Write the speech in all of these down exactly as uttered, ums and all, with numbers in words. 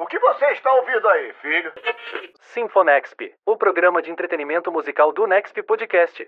O que você está ouvindo aí, filho? Sinfonexp, o programa de entretenimento musical do Nexp Podcast.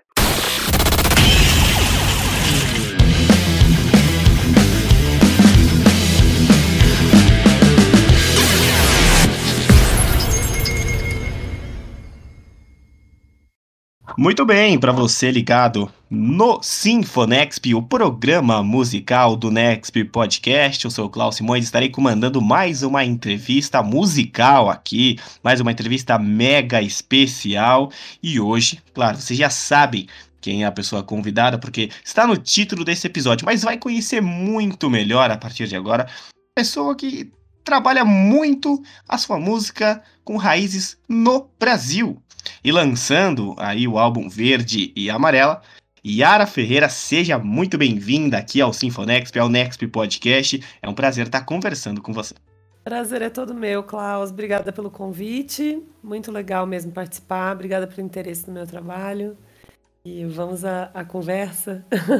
Muito bem, para você ligado no Sinfonexp, o programa musical do Nexp Podcast. Eu sou o Klaus Simões, estarei comandando mais uma entrevista musical aqui, mais uma entrevista mega especial. E hoje, claro, vocês já sabem quem é a pessoa convidada, porque está no título desse episódio, mas vai conhecer muito melhor a partir de agora, pessoa que trabalha muito a sua música com raízes no Brasil. E lançando aí o álbum Verde e Amarela, Yara Ferreira, seja muito bem-vinda aqui ao Sinfonexp, ao Nexp Podcast. É um prazer estar conversando com você. Prazer é todo meu, Klaus. Obrigada pelo convite. Muito legal mesmo participar. Obrigada pelo interesse no meu trabalho. E vamos à, à conversa.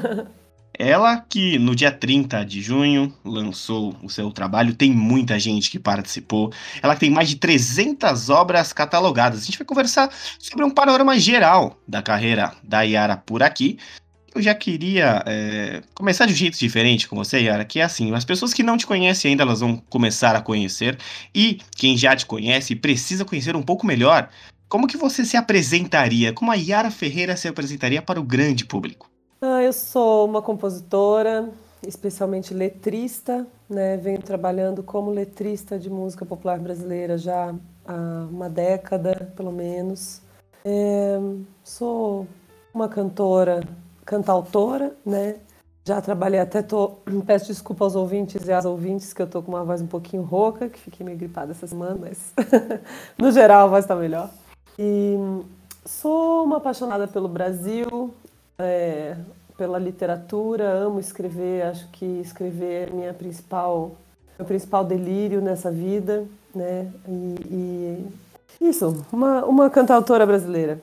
Ela que no dia trinta de junho lançou o seu trabalho, tem muita gente que participou, ela tem mais de trezentas obras catalogadas. A gente vai conversar sobre um panorama geral da carreira da Yara por aqui. Eu já queria é, começar de um jeito diferente com você, Yara, que é assim, as pessoas que não te conhecem ainda, elas vão começar a conhecer, e quem já te conhece precisa conhecer um pouco melhor. Como que você se apresentaria, como a Yara Ferreira se apresentaria para o grande público? Ah, eu sou uma compositora, especialmente letrista, né? Venho trabalhando como letrista de música popular brasileira já há uma década, pelo menos. É, sou uma cantora, cantautora, né? Já trabalhei, até tô, peço desculpa aos ouvintes e às ouvintes que eu tô com uma voz um pouquinho rouca, que fiquei meio gripada essa semana, mas no geral a voz tá melhor. E sou uma apaixonada pelo Brasil, É, pela literatura, amo escrever, acho que escrever é minha principal, meu principal delírio nessa vida, né? E, e isso, uma, uma cantautora brasileira.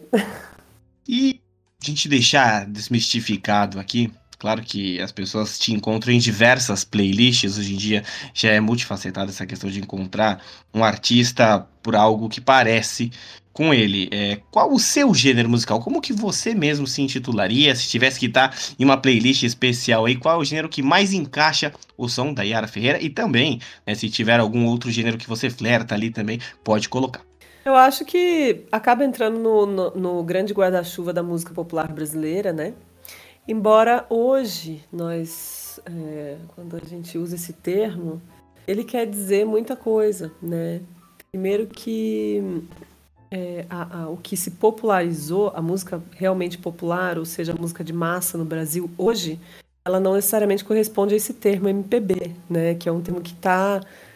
E a gente deixar desmistificado aqui, claro que as pessoas te encontram em diversas playlists, hoje em dia já é multifacetada essa questão de encontrar um artista por algo que parece com ele. É, qual o seu gênero musical? Como que você mesmo se intitularia se tivesse que estar em uma playlist especial aí? Qual é o gênero que mais encaixa o som da Yara Ferreira? E também, né, se tiver algum outro gênero que você flerta ali também, pode colocar. Eu acho que acaba entrando no, no, no grande guarda-chuva da música popular brasileira, né? Embora hoje nós, é, quando a gente usa esse termo, ele quer dizer muita coisa, né? Primeiro que É, a, a, o que se popularizou, a música realmente popular, ou seja, a música de massa no Brasil hoje, ela não necessariamente corresponde a esse termo M P B, né, que é um termo que tá,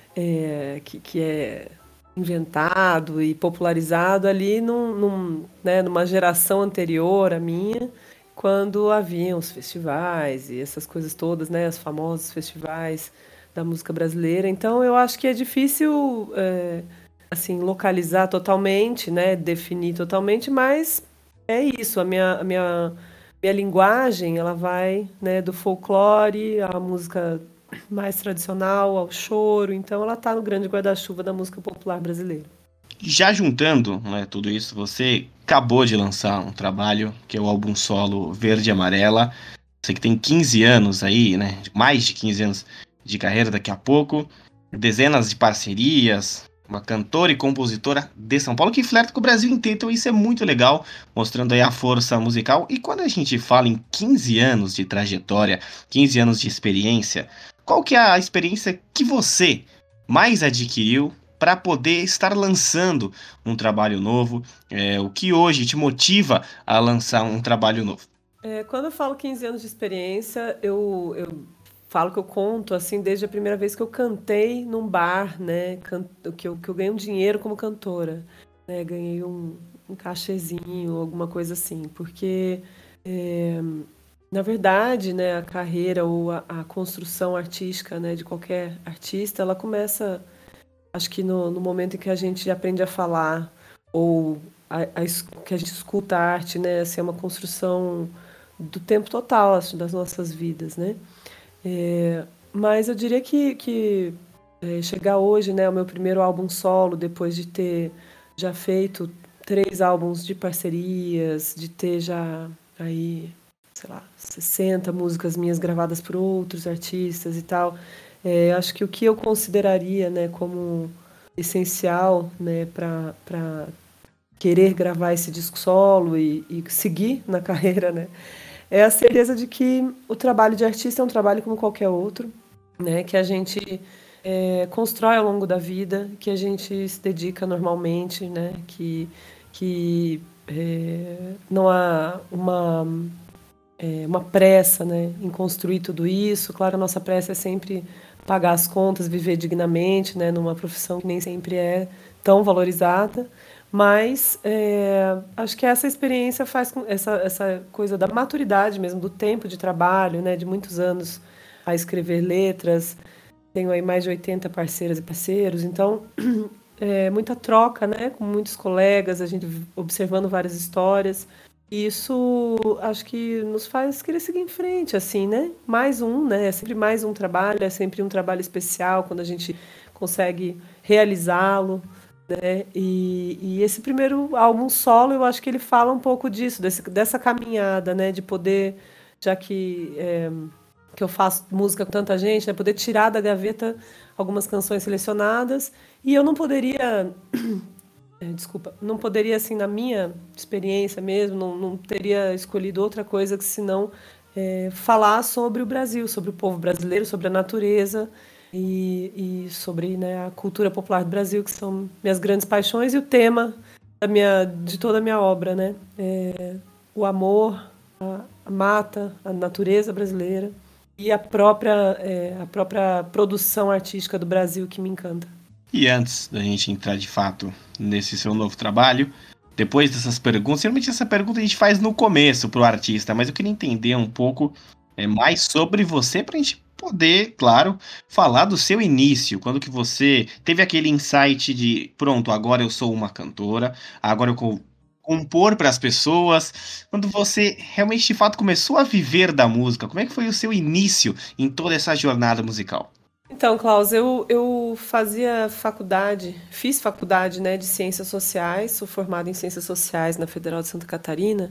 é, que, que é inventado e popularizado ali num, num, né, numa geração anterior à minha, quando haviam os festivais e essas coisas todas, né, os famosos festivais da música brasileira. Então, eu acho que é difícil É, assim, localizar totalmente, né, definir totalmente, mas é isso, a minha, a minha, minha linguagem, ela vai, né, do folclore à música mais tradicional, ao choro, então ela está no grande guarda-chuva da música popular brasileira. Já juntando, né, tudo isso, você acabou de lançar um trabalho, que é o álbum solo Verde e Amarela. Você que tem quinze anos aí, né, mais de quinze anos de carreira daqui a pouco, dezenas de parcerias, uma cantora e compositora de São Paulo que flerta com o Brasil inteiro, então isso é muito legal, mostrando aí a força musical. E quando a gente fala em quinze anos de trajetória, quinze anos de experiência, qual que é a experiência que você mais adquiriu para poder estar lançando um trabalho novo? É, o que hoje te motiva a lançar um trabalho novo? É, quando eu falo quinze anos de experiência, eu, eu falo que eu conto, assim, desde a primeira vez que eu cantei num bar, né, can- que eu, que eu ganhei um dinheiro como cantora, né, ganhei um, um cachezinho, alguma coisa assim, porque, é, na verdade, né, a carreira ou a, a construção artística, né, de qualquer artista, ela começa, acho que no, no momento em que a gente aprende a falar, ou a, a es- que a gente escuta a arte, né, assim, é uma construção do tempo total, assim, das nossas vidas, né? É, mas eu diria que, que é, chegar hoje, né, ao meu primeiro álbum solo, depois de ter já feito três álbuns de parcerias, de ter já aí, sei lá, sessenta músicas minhas gravadas por outros artistas e tal. É, acho que o que eu consideraria, né, como essencial, né, para querer gravar esse disco solo e, e seguir na carreira, né, é a certeza de que o trabalho de artista é um trabalho como qualquer outro, né, que a gente é, constrói ao longo da vida, que a gente se dedica normalmente, né, que, que é, não há uma, é, uma pressa, né, em construir tudo isso. Claro, a nossa pressa é sempre pagar as contas, viver dignamente, né, numa profissão que nem sempre é tão valorizada, mas é, acho que essa experiência faz com essa, essa coisa da maturidade mesmo, do tempo de trabalho, né, de muitos anos a escrever letras. Tenho aí mais de oitenta parceiras e parceiros, então é muita troca, né, com muitos colegas, a gente observando várias histórias. E isso acho que nos faz querer seguir em frente, assim, né? Mais um, né? É sempre mais um trabalho, é sempre um trabalho especial quando a gente consegue realizá-lo, né? E, e esse primeiro álbum solo, eu acho que ele fala um pouco disso, desse, dessa caminhada, né? De poder, já que, é, que eu faço música com tanta gente, né? Poder tirar da gaveta algumas canções selecionadas. E eu não poderia... É, desculpa, não poderia, assim, na minha experiência mesmo, não, não teria escolhido outra coisa que senão é, falar sobre o Brasil, sobre o povo brasileiro, sobre a natureza e, e sobre, né, a cultura popular do Brasil, que são minhas grandes paixões, e o tema da minha, de toda a minha obra, né? É, o amor, a, a mata, a natureza brasileira e a própria, é, a própria produção artística do Brasil que me encanta. E antes da gente entrar de fato nesse seu novo trabalho, depois dessas perguntas, geralmente essa pergunta a gente faz no começo pro artista, mas eu queria entender um pouco é, mais sobre você pra gente poder, claro, falar do seu início, quando que você teve aquele insight de, pronto, agora eu sou uma cantora, agora eu vou compor para as pessoas, quando você realmente de fato começou a viver da música, como é que foi o seu início em toda essa jornada musical? Então, Klaus, eu, eu fazia faculdade, fiz faculdade, né, de Ciências Sociais, sou formada em Ciências Sociais na Federal de Santa Catarina,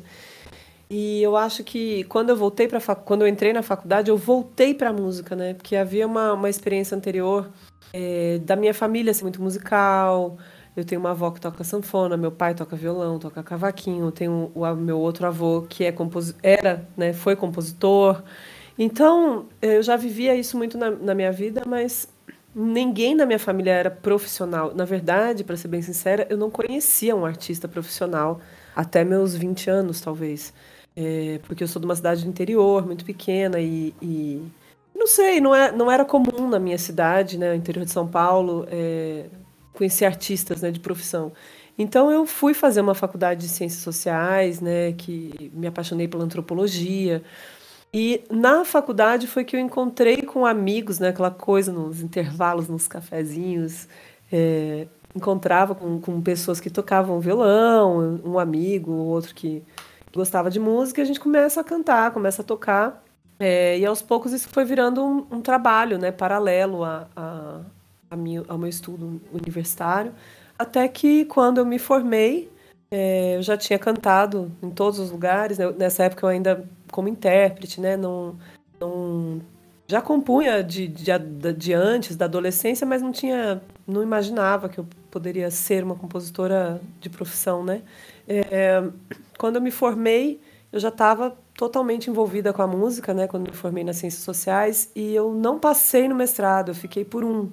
e eu acho que quando eu voltei para quando eu entrei na faculdade, eu voltei para a música, né, porque havia uma, uma experiência anterior é, da minha família ser muito musical. Eu tenho uma avó que toca sanfona, meu pai toca violão, toca cavaquinho, eu tenho o a- meu outro avô que é composi era, né, foi compositor. Então, eu já vivia isso muito na, na minha vida, mas ninguém na minha família era profissional. Na verdade, para ser bem sincera, eu não conhecia um artista profissional até meus vinte anos, talvez. É, porque eu sou de uma cidade do interior, muito pequena, e, e não sei, não, é, não era comum na minha cidade, né, interior de São Paulo, é, conhecer artistas, né, de profissão. Então, eu fui fazer uma faculdade de Ciências Sociais, né, que me apaixonei pela antropologia. E na faculdade foi que eu encontrei com amigos, né, aquela coisa nos intervalos, nos cafezinhos, é, encontrava com, com pessoas que tocavam violão, um amigo, outro que gostava de música, e a gente começa a cantar, começa a tocar, é, e aos poucos isso foi virando um, um trabalho, né, paralelo a, a, a minha- ao meu estudo universitário, até que quando eu me formei, é, eu já tinha cantado em todos os lugares, né? Nessa época eu ainda como intérprete, né? Não, não já compunha de, de, de antes, da adolescência, mas não tinha, não imaginava que eu poderia ser uma compositora de profissão, né? É, quando eu me formei, eu já estava totalmente envolvida com a música, né? Quando me formei nas ciências sociais, e eu não passei no mestrado, eu fiquei por um,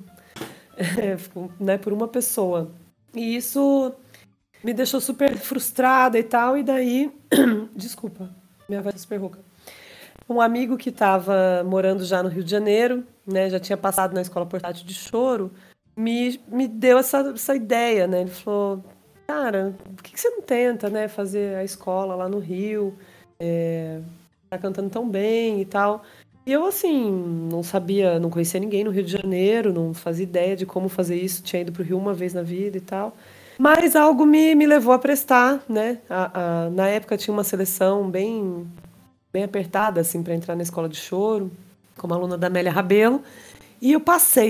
é, né? Por uma pessoa. E isso me deixou super frustrada e tal, e daí, desculpa, minha voz é super rouca. Um amigo que estava morando já no Rio de Janeiro, né, já tinha passado na escola portátil de choro, me, me deu essa, essa ideia, né? Ele falou, cara, por que que você não tenta, né, fazer a escola lá no Rio? É, tá cantando tão bem e tal. E eu, assim, não sabia, não conhecia ninguém no Rio de Janeiro, não fazia ideia de como fazer isso, tinha ido pro Rio uma vez na vida e tal. Mas algo me, me levou a prestar, né? A, a- na época tinha uma seleção bem, bem apertada, assim, para entrar na escola de choro, como aluna da Amélia Rabelo, e eu passei.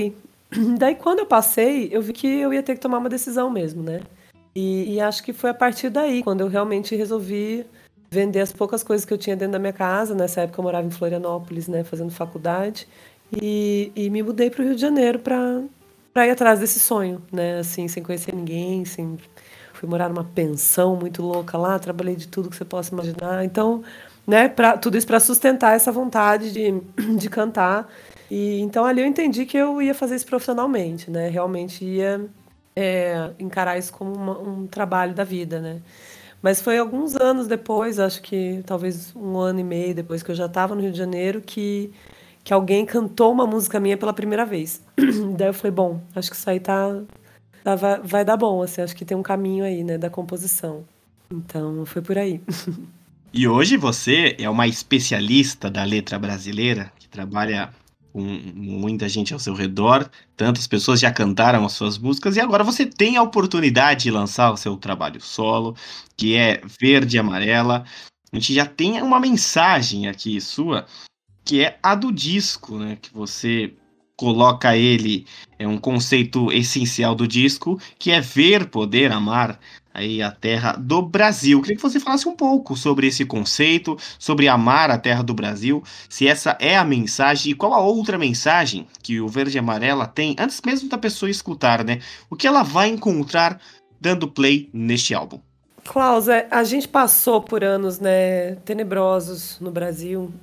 Daí, quando eu passei, eu vi que eu ia ter que tomar uma decisão mesmo, né? E, e acho que foi a partir daí, quando eu realmente resolvi vender as poucas coisas que eu tinha dentro da minha casa. Nessa época eu morava em Florianópolis, né, fazendo faculdade, e, e me mudei para o Rio de Janeiro para para ir atrás desse sonho, né, assim, sem conhecer ninguém, sem... Fui morar numa pensão muito louca lá, trabalhei de tudo que você possa imaginar. Então, né, pra, tudo isso para sustentar essa vontade de, de cantar. E então ali eu entendi que eu ia fazer isso profissionalmente, né? Realmente ia é, encarar isso como uma- um trabalho da vida, né? Mas foi alguns anos depois, acho que talvez um ano e meio depois que eu já estava no Rio de Janeiro, que, que alguém cantou uma música minha pela primeira vez. Daí eu falei, bom, acho que isso aí tá, tá- vai, vai dar bom, assim, acho que tem um caminho aí, né, da composição. Então, foi por aí. E hoje você é uma especialista da letra brasileira, que trabalha com muita gente ao seu redor, tantas pessoas já cantaram as suas músicas, e agora você tem a oportunidade de lançar o seu trabalho solo, que é Verde e Amarela. A gente já tem uma mensagem aqui sua, que é a do disco, né? Que você coloca ele, é um conceito essencial do disco, que é ver, poder, amar aí a terra do Brasil. Queria que você falasse um pouco sobre esse conceito, sobre amar a terra do Brasil, se essa é a mensagem e qual a outra mensagem que o Verde e Amarela tem, antes mesmo da pessoa escutar, né? O que ela vai encontrar dando play neste álbum. Klaus, é, a gente passou por anos, né, tenebrosos no Brasil.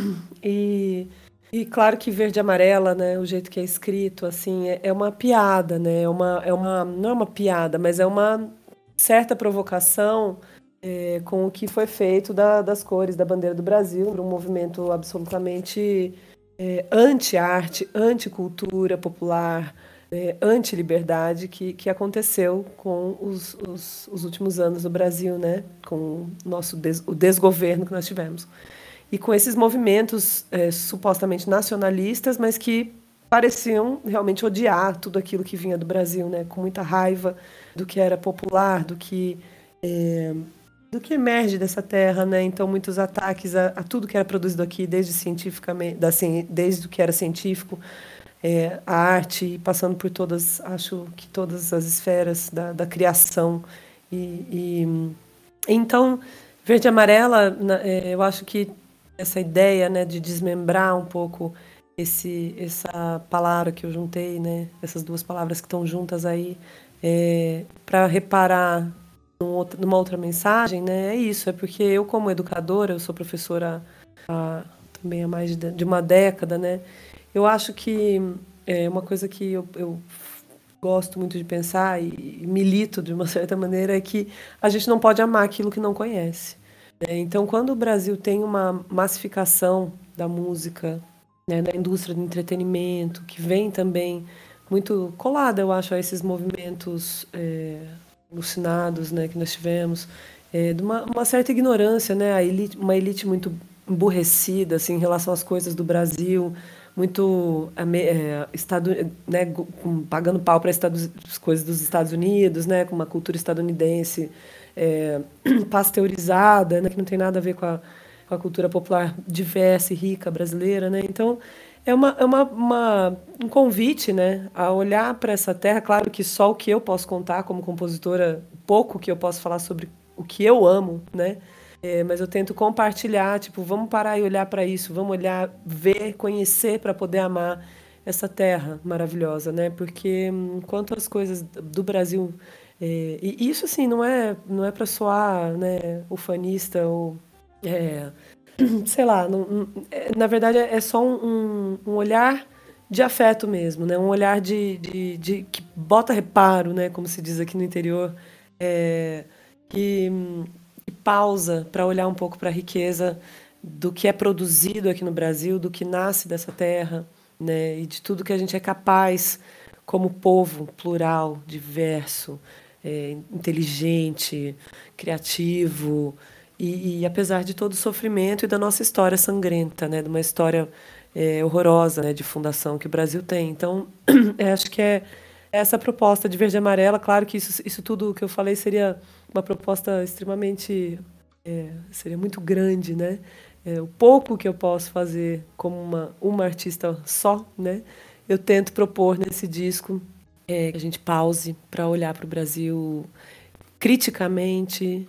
E, e claro que Verde e Amarela, né, o jeito que é escrito, assim, é, é uma piada, né? É uma, é uma, não é uma piada, mas é uma certa provocação é, com o que foi feito da- das cores da bandeira do Brasil, um movimento absolutamente é, anti-arte, anti-cultura popular, é, anti-liberdade que, que aconteceu com os, os, os últimos anos no Brasil, né? Com o nosso des, o desgoverno que nós tivemos. E com esses movimentos é, supostamente nacionalistas, mas que pareciam realmente odiar tudo aquilo que vinha do Brasil, né? Com muita raiva do que era popular, do que é, do que emerge dessa terra, né? Então muitos ataques a, a tudo que era produzido aqui, desde cientificamente, da, ci- desde o que era científico, é, a arte, passando por todas, acho que todas as esferas da, da criação. E, e então, Verde e Amarela, na- é, eu acho que essa ideia, né, de desmembrar um pouco esse, essa palavra que eu juntei, né, essas duas palavras que estão juntas aí, para reparar num outra- numa outra mensagem, né, é isso, é porque eu, como educadora, eu sou professora há, também há mais de, de uma década, né, eu acho que é uma coisa que eu, eu gosto muito de pensar e, e milito de uma certa maneira é que a gente não pode amar aquilo que não conhece, né? Então, quando o Brasil tem uma massificação da música, né, da indústria do entretenimento, que vem também muito colada, eu acho, a esses movimentos é, alucinados, né, que nós tivemos, é, de uma, uma certa ignorância, né, a elite, uma elite muito emburrecida assim, em relação às coisas do Brasil, muito ame- é, estado, né, gu- com- pagando pau para as coisas dos Estados Unidos, né, com uma cultura estadunidense é, pasteurizada, né, que não tem nada a ver com a, com a cultura popular diversa e rica brasileira, né? Então é uma, é uma, uma- um convite, né, a olhar para essa terra. Claro que só o que eu posso contar como compositora, pouco que eu posso falar sobre o que eu amo, né? É, mas eu tento compartilhar, tipo, vamos parar e olhar para isso, vamos olhar, ver, conhecer para poder amar essa terra maravilhosa, né? Porque hum, enquanto as coisas do Brasil é, e isso assim não é não é para soar, né, ufanista ou é, sei lá, não- não- é, na verdade é é só um, um- um olhar de afeto mesmo, né? Um olhar de, de, de- que bota reparo, né? Como se diz aqui no interior, é, que, que pausa para olhar um pouco para a riqueza do que é produzido aqui no Brasil, do que nasce dessa terra, né? E de tudo que a gente é capaz como povo plural, diverso, é, inteligente, criativo. E, e apesar de todo o sofrimento e da nossa história sangrenta, né, de uma história é, horrorosa, né, de fundação que o Brasil tem. Então, é, acho que é essa proposta de verde e amarela. Claro que isso, isso tudo que eu falei seria uma proposta extremamente, é, seria muito grande, né? É, o pouco que eu posso fazer como uma, uma artista só, né? eu tento propor nesse disco é, que a gente pause para olhar para o Brasil criticamente,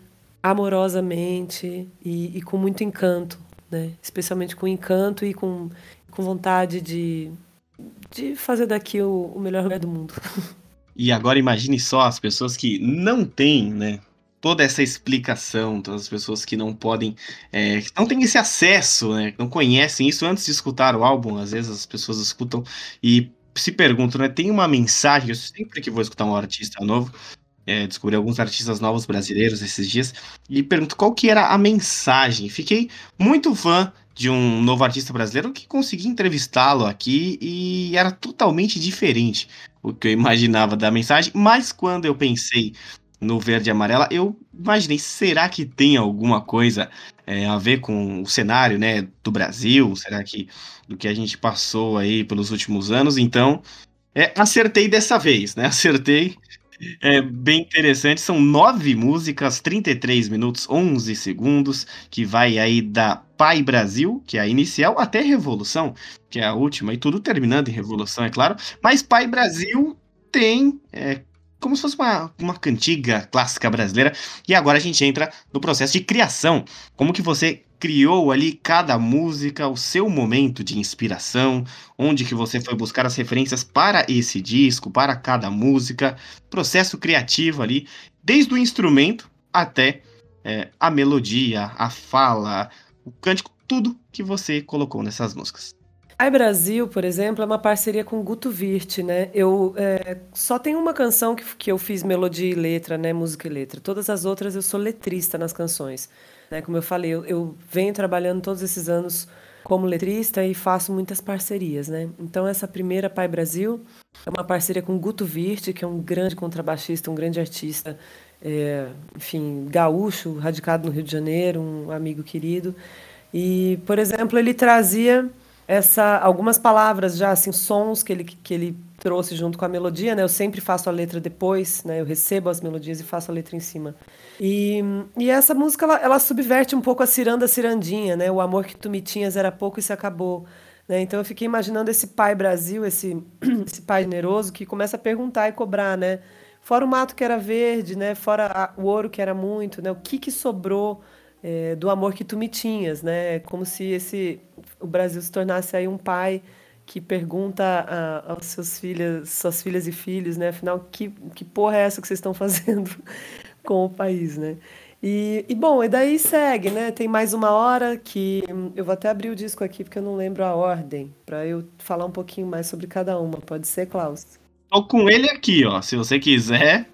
amorosamente e, e com muito encanto, né? Especialmente com encanto e com, com vontade de, de fazer daqui o, o melhor lugar do mundo. E agora imagine só as pessoas que não têm, né, toda essa explicação, todas as pessoas que não podem, é, que não têm esse acesso, né, não conhecem isso antes de escutar o álbum. Às vezes as pessoas escutam e se perguntam, né, tem uma mensagem. Eu sempre que vou escutar um artista novo, é, descobri alguns artistas novos brasileiros esses dias e pergunto qual que era a mensagem. Fiquei muito fã de um novo artista brasileiro que consegui entrevistá-lo aqui e era totalmente diferente o que eu imaginava da mensagem, mas quando eu pensei no Verde e Amarela, eu imaginei, será que tem alguma coisa é, a ver com o cenário, né, do Brasil? Será que do que a gente passou aí pelos últimos anos? Então, é, acertei dessa vez, né? Acertei. É bem interessante, são nove músicas, trinta e três minutos, onze segundos, que vai aí da Pai Brasil, que é a inicial, até Revolução, que é a última, e tudo terminando em Revolução, é claro. Mas Pai Brasil tem é, como se fosse uma, uma cantiga clássica brasileira, e agora a gente entra no processo de criação. Como que você criou ali cada música, o seu momento de inspiração, onde que você foi buscar as referências para esse disco, para cada música, processo criativo ali, desde o instrumento até é, a melodia, a fala, o cântico, tudo que você colocou nessas músicas. Ai Brasil, por exemplo, é uma parceria com o Guto Virte, né? Eu é, só tem uma canção que, que eu fiz melodia e letra, né? Música e letra. Todas as outras eu sou letrista nas canções. Né? Como eu falei, eu, eu venho trabalhando todos esses anos como letrista e faço muitas parcerias, né? Então essa primeira, Pai Brasil, é uma parceria com o Guto Virte, que é um grande contrabaixista, um grande artista, é, enfim, gaúcho, radicado no Rio de Janeiro, um amigo querido. E, por exemplo, ele trazia essa, algumas palavras já, assim, sons que ele, que ele trouxe junto com a melodia, né? Eu sempre faço a letra depois, né? Eu recebo as melodias e faço a letra em cima. E, e essa música, ela, ela subverte um pouco a ciranda cirandinha, né? O amor que tu me tinhas era pouco e se acabou. Né? Então eu fiquei imaginando esse pai Brasil, esse, esse pai generoso que começa a perguntar e cobrar, né? Fora o mato que era verde, né? Fora a, o ouro que era muito, né? O que que sobrou é, do amor que tu me tinhas, né? Como se esse, o Brasil se tornasse aí um pai que pergunta a, aos seus filhos, suas filhas e filhos, né? Afinal, que, que porra é essa que vocês estão fazendo com o país, né? E, e bom, e daí segue, né? Tem mais uma hora que eu vou até abrir o disco aqui porque eu não lembro a ordem, para eu falar um pouquinho mais sobre cada uma. Pode ser, Klaus? Tô com ele aqui, ó. Se você quiser,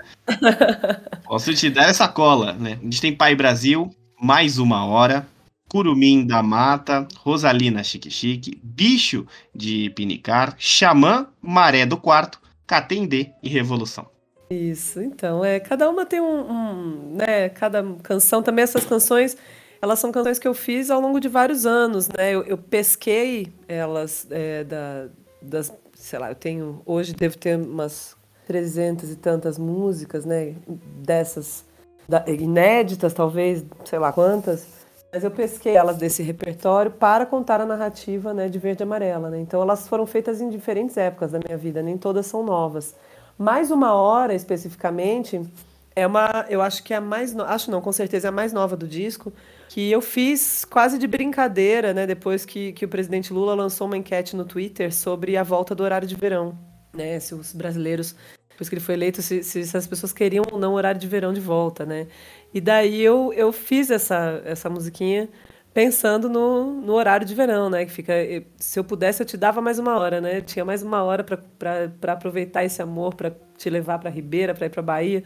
posso te dar essa cola, né? A gente tem Pai Brasil, Mais Uma Hora, Curumim da Mata, Rosalina Chique Chique, Bicho de Pinicar, Xamã, Maré do Quarto, Catendê e Revolução. Isso, então, é, cada uma tem um, um, né, cada canção, também essas canções, elas são canções que eu fiz ao longo de vários anos, né, eu, eu pesquei elas é, da, das, sei lá, eu tenho, hoje devo ter umas trezentas e tantas músicas, né, dessas, da, inéditas talvez, sei lá quantas, mas eu pesquei elas desse repertório para contar a narrativa, né, de Verde e Amarela, né, então elas foram feitas em diferentes épocas da minha vida, nem todas são novas. Mais Uma Hora, especificamente, é uma, eu acho que é a mais, no... acho não, com certeza é a mais nova do disco, que eu fiz quase de brincadeira, né, depois que, que o presidente Lula lançou uma enquete no Twitter sobre a volta do horário de verão, né, se os brasileiros, depois que ele foi eleito, se, se as pessoas queriam ou não o horário de verão de volta, né, e daí eu, eu fiz essa, essa musiquinha pensando no, no horário de verão, né? Que fica, se eu pudesse, eu te dava mais uma hora, né? Eu tinha mais uma hora para aproveitar esse amor, para te levar para Ribeira, para ir para Bahia.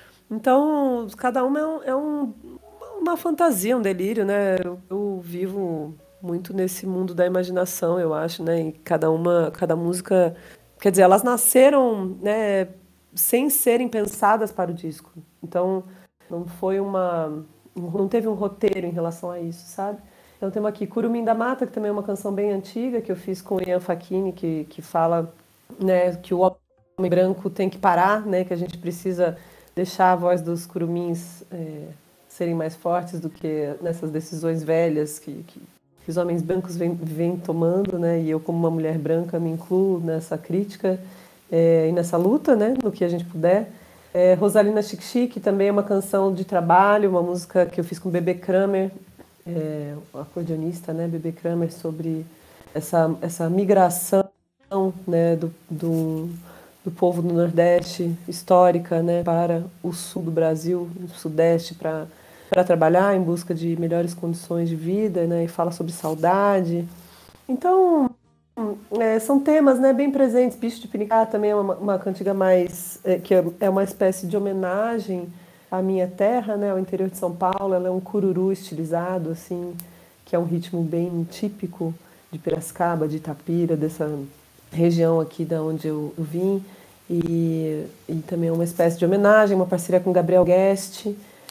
Então, cada uma é, um, é um, uma fantasia, um delírio, né? Eu, eu vivo muito nesse mundo da imaginação, eu acho, né? E cada uma, cada música, quer dizer, elas nasceram, né? Sem serem pensadas para o disco. Então, não foi uma não teve um roteiro em relação a isso, sabe? Então temos aqui Curumim da Mata, que também é uma canção bem antiga, que eu fiz com o Ian Facchini, que, que fala, né, que o homem branco tem que parar, né, que a gente precisa deixar a voz dos curumins é, serem mais fortes do que nessas decisões velhas que, que, que os homens brancos vêm, vêm tomando, né? E eu, como uma mulher branca, me incluo nessa crítica é, e nessa luta, né? No que a gente puder. É, Rosalina Chic Chic também é uma canção de trabalho, uma música que eu fiz com Bebê Kramer, é, o acordeonista, né? Bebê Kramer, sobre essa, essa migração, né? do, do, do povo do Nordeste, histórica, né? Para o sul do Brasil, o Sudeste, para para trabalhar em busca de melhores condições de vida, né, e fala sobre saudade. Então, é, são temas, né, bem presentes. Bicho de Piricá também é uma, uma cantiga mais, é, que é uma espécie de homenagem à minha terra, né, ao interior de São Paulo. Ela é um cururu estilizado, assim, que é um ritmo bem típico de Piracicaba, de Itapira, dessa região aqui da onde eu, eu vim. E, e também é uma espécie de homenagem, uma parceria com Gabriel Guest.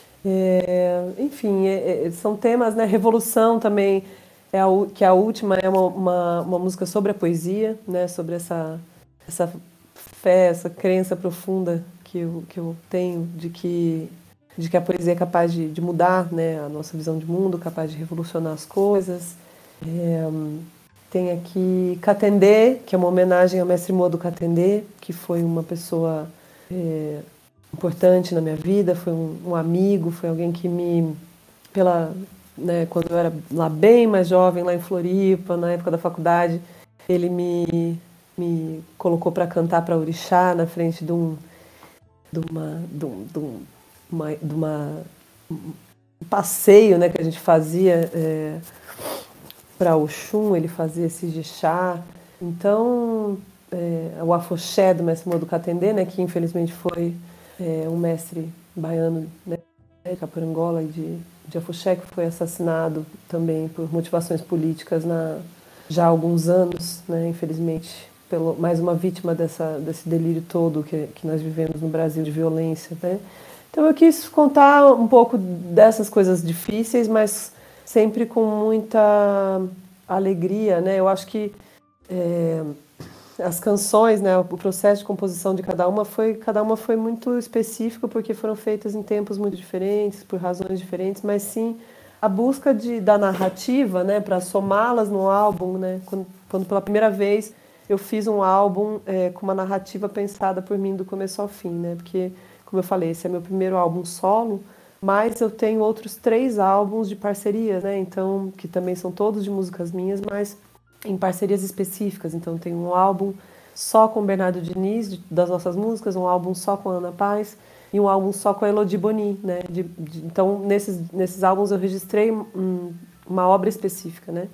É, enfim, é, é, são temas, né? Revolução também, é a, que a última é uma, uma, uma música sobre a poesia, né? Sobre essa, essa fé, essa crença profunda que eu, que eu tenho de que, de que a poesia é capaz de, de mudar, né? A nossa visão de mundo, capaz de revolucionar as coisas. É, tem aqui Katendê, que é uma homenagem ao mestre Modo Katendê, que foi uma pessoa... É, importante na minha vida, foi um, um amigo, foi alguém que me, pela, né, quando eu era lá bem mais jovem, lá em Floripa, na época da faculdade, ele me, me colocou para cantar para Orixá na frente de um, de uma, de um, de um, uma, de uma um passeio, né, que a gente fazia é, para Oxum, ele fazia esse jixá. Então, é, o afoxé do mestre Modo Katendê, né, que infelizmente foi É, um mestre baiano, né, de Caporangola e de, de Afoxé, que foi assassinado também por motivações políticas na, já há alguns anos, né, infelizmente, pelo, mais uma vítima dessa, desse delírio todo que, que nós vivemos no Brasil de violência. Né? Então eu quis contar um pouco dessas coisas difíceis, mas sempre com muita alegria. Né? Eu acho que é, as canções, né, o processo de composição de cada uma foi, cada uma foi muito específico, porque foram feitas em tempos muito diferentes, por razões diferentes, mas sim a busca de, da narrativa, né, para somá-las no álbum, né, quando, quando pela primeira vez eu fiz um álbum é, com uma narrativa pensada por mim do começo ao fim, né, porque, como eu falei, esse é meu primeiro álbum solo, mas eu tenho outros três álbuns de parcerias, né, então, que também são todos de músicas minhas, mas em parcerias específicas. Então tem um álbum só com o Bernardo Diniz, de, das nossas músicas, um álbum só com a Ana Paz e um álbum só com a Elodie Boni, né? De, de, então nesses, nesses álbuns eu registrei um, uma obra específica, né?